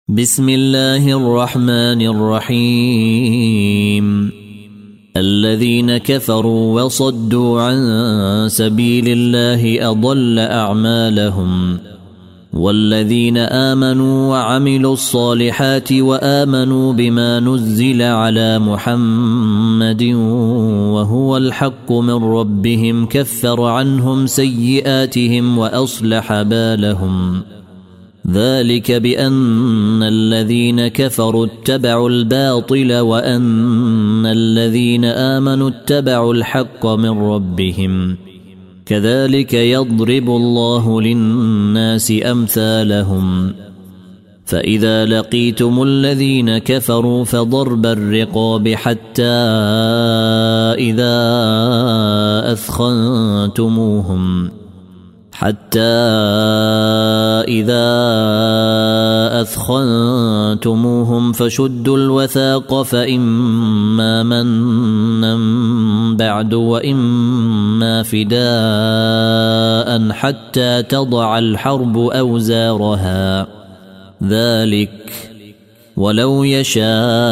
بسم الله الرحمن الرحيم. الذين كفروا وصدوا عن سبيل الله أضل أعمالهم، والذين آمنوا وعملوا الصالحات وآمنوا بما نزل على محمد وهو الحق من ربهم كفر عنهم سيئاتهم وأصلح بالهم. ذلك بأن الذين كفروا اتبعوا الباطل وأن الذين آمنوا اتبعوا الحق من ربهم، كذلك يضرب الله للناس أمثالهم. فإذا لقيتم الذين كفروا فضرب الرقاب حتى إذا أثخنتموهم فشدوا الوثاق، فإما منا بعد وإما فداء حتى تضع الحرب أوزارها. ذلك ولو يشاء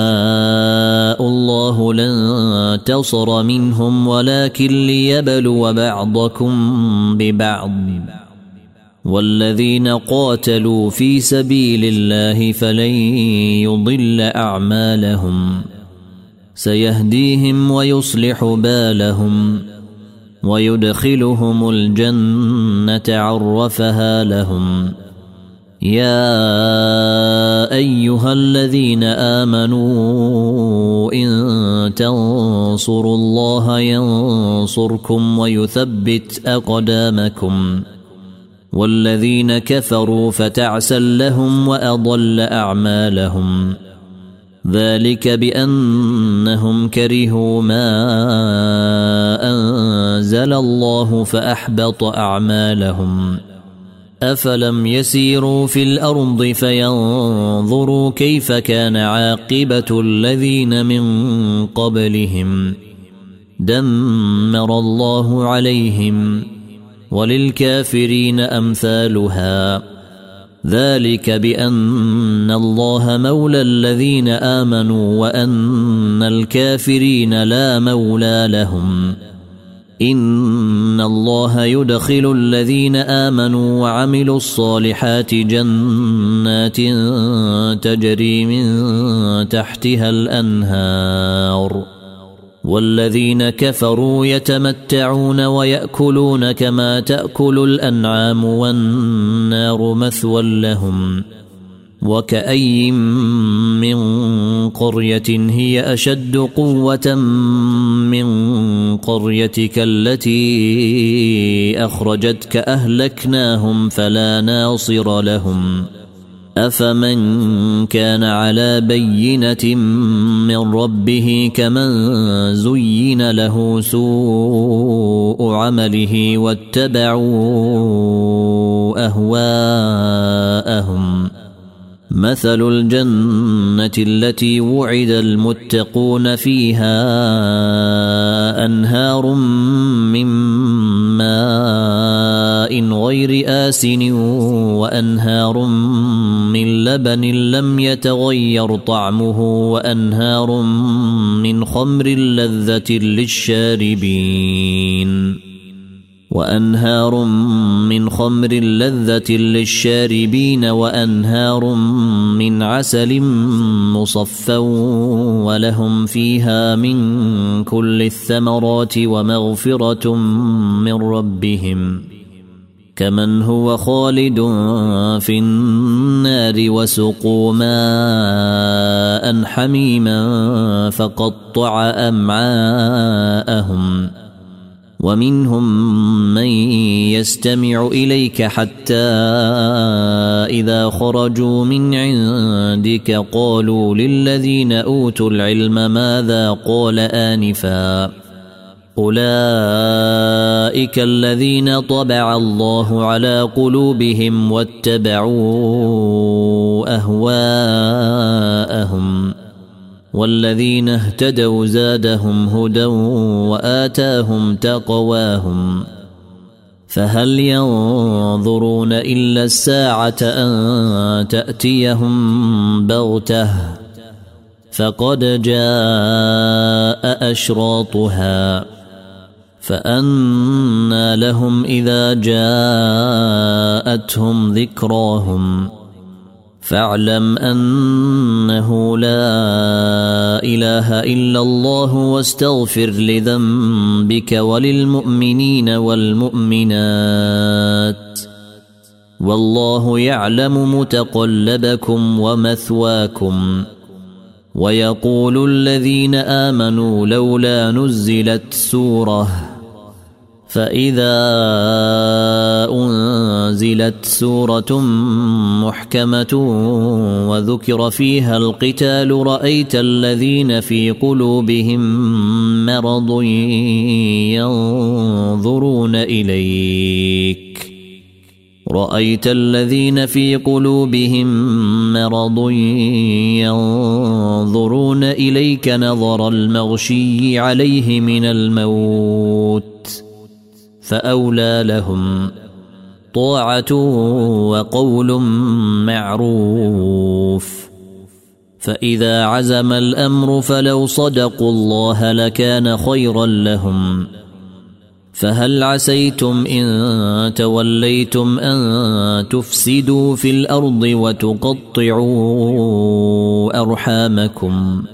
الله لانتصر منهم، ولكن ليبلو بعضكم ببعض. والذين قاتلوا في سبيل الله فلن يضل أعمالهم، سيهديهم ويصلح بالهم ويدخلهم الجنة عرفها لهم. يا أيها الذين آمنوا إن تنصروا الله ينصركم ويثبت أقدامكم، والذين كفروا فتعسا لهم وأضل أعمالهم. ذلك بأنهم كرهوا ما أنزل الله فأحبط أعمالهم. أفلم يسيروا في الأرض فينظروا كيف كان عاقبة الذين من قبلهم، دمر الله عليهم وللكافرين أمثالها. ذلك بأن الله مولى الذين آمنوا وأن الكافرين لا مولى لهم. إن الله يدخل الذين آمنوا وعملوا الصالحات جنات تجري من تحتها الأنهار، والذين كفروا يتمتعون ويأكلون كما تأكل الأنعام والنار مثوى لهم. وكأي من قرية هي أشد قوة من قريتك التي أخرجتك أهلكناهم فلا ناصر لهم. أفمن كان على بينة من ربه كمن زين له سوء عمله واتبعوا أهواءهم. مثل الجنة التي وعد المتقون فيها أنهار من ماء غير آسن وأنهار من لبن لم يتغير طعمه وأنهار من خمر لذة للشاربين وأنهار من عسل مصفى ولهم فيها من كل الثمرات ومغفرة من ربهم، كمن هو خالد في النار وسقوا ماء حميما فقطع أمعاءهم. ومنهم من يستمع إليك حتى إذا خرجوا من عندك قالوا للذين أوتوا العلم ماذا قال آنفا، أولئك الذين طبع الله على قلوبهم واتبعوا أهواءهم. والذين اهتدوا زادهم هدى وآتاهم تقواهم. فهل ينظرون إلا الساعة أن تأتيهم بغتة فقد جاء أشراطها فأنى لهم إذا جاءتهم ذكراهم فاعلم أنه لا إله إلا الله واستغفر لذنبك وللمؤمنين والمؤمنات والله يعلم متقلبكم ومثواكم. ويقول الذين آمنوا لولا نزلت سورة فإذا أنزلت سورة محكمة وذكر فيها القتال رأيت الذين في قلوبهم مرض ينظرون إليك نظر المغشي عليه من الموت فأولى لهم طاعة وقول معروف. فإذا عزم الأمر فلو صدقوا الله لكان خيرا لهم. فهل عسيتم إن توليتم أن تفسدوا في الأرض وتقطعوا أرحامكم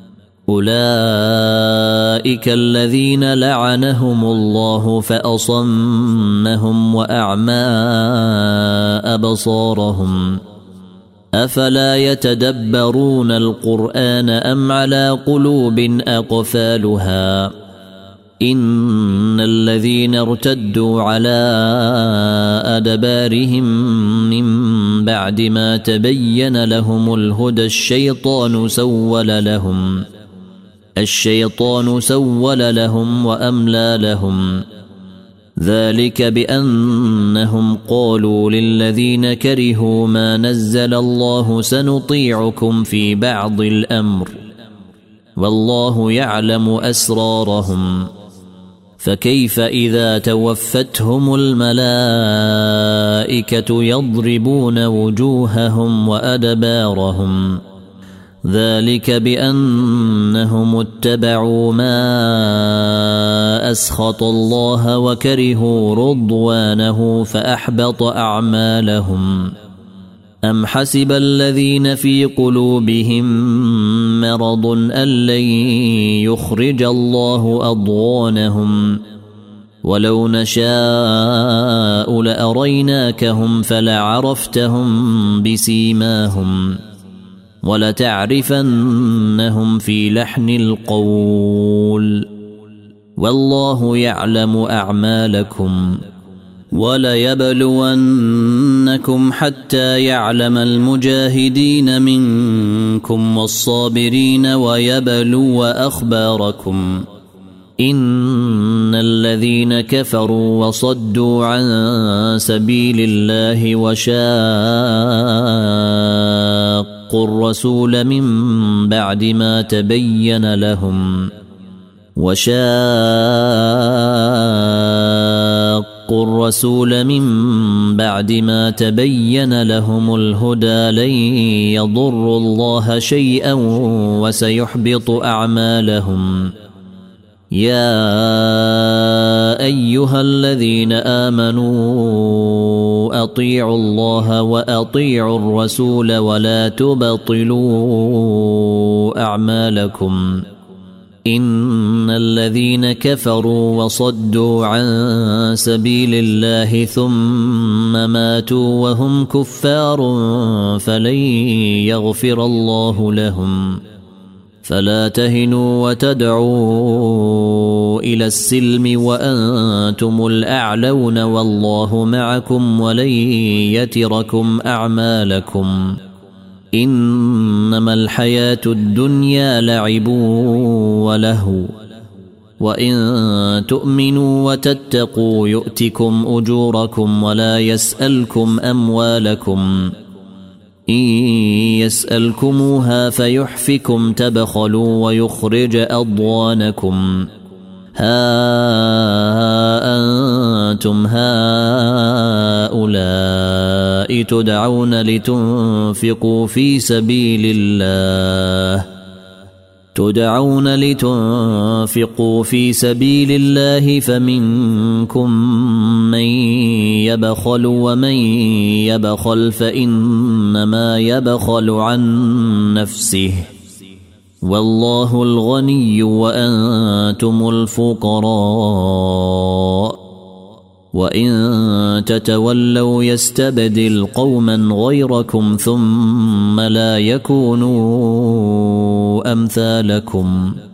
أولئك الذين لعنهم الله فأصمهم وأعمى أبصارهم أفلا يتدبرون القرآن أم على قلوب أقفالها إن الذين ارتدوا على أدبارهم من بعد ما تبين لهم الهدى الشيطان سول لهم وأملى لهم ذلك بأنهم قالوا للذين كرهوا ما نزل الله سنطيعكم في بعض الأمر والله يعلم أسرارهم فكيف إذا توفتهم الملائكة يضربون وجوههم وأدبارهم ذلك بأنهم اتبعوا ما أسخط الله وكرهوا رضوانه فأحبط أعمالهم. أم حسب الذين في قلوبهم مرض أن لن يخرج الله أضغانهم ولو نشاء لأريناكهم فلعرفتهم بسيماهم ولتعرفنهم في لحن القول والله يعلم أعمالكم. وليبلونكم حتى يعلم المجاهدين منكم والصابرين ويبلو أخباركم إن الذين كفروا وصدوا عن سبيل الله وشاقوا الرسول من بعد ما تبين لهم الهدى لن يضروا الله شيئا وسيحبط أعمالهم. يا أيها الذين آمنوا أطيعوا الله وأطيعوا الرسول ولا تبطلوا أعمالكم إن الذين كفروا وصدوا عن سبيل الله ثم ماتوا وهم كفار فلن يغفر الله لهم. فلا تهنوا وتدعوا إلى السلم وأنتم الأعلون والله معكم ولن يتركم أعمالكم. إنما الحياة الدنيا لعب ولهو وإن تؤمنوا وتتقوا يؤتكم أجوركم ولا يسألكم أموالكم إن يسألكموها فيحفكم تبخلوا ويخرج أضغانكم ها أنتم هؤلاء تدعون لتنفقوا في سبيل الله فمنكم من يبخل ومن يبخل فإنما يبخل عن نفسه والله الغني وأنتم الفقراء وإن تتولوا يستبدل قوما غيركم ثم لا يكونوا أمثالكم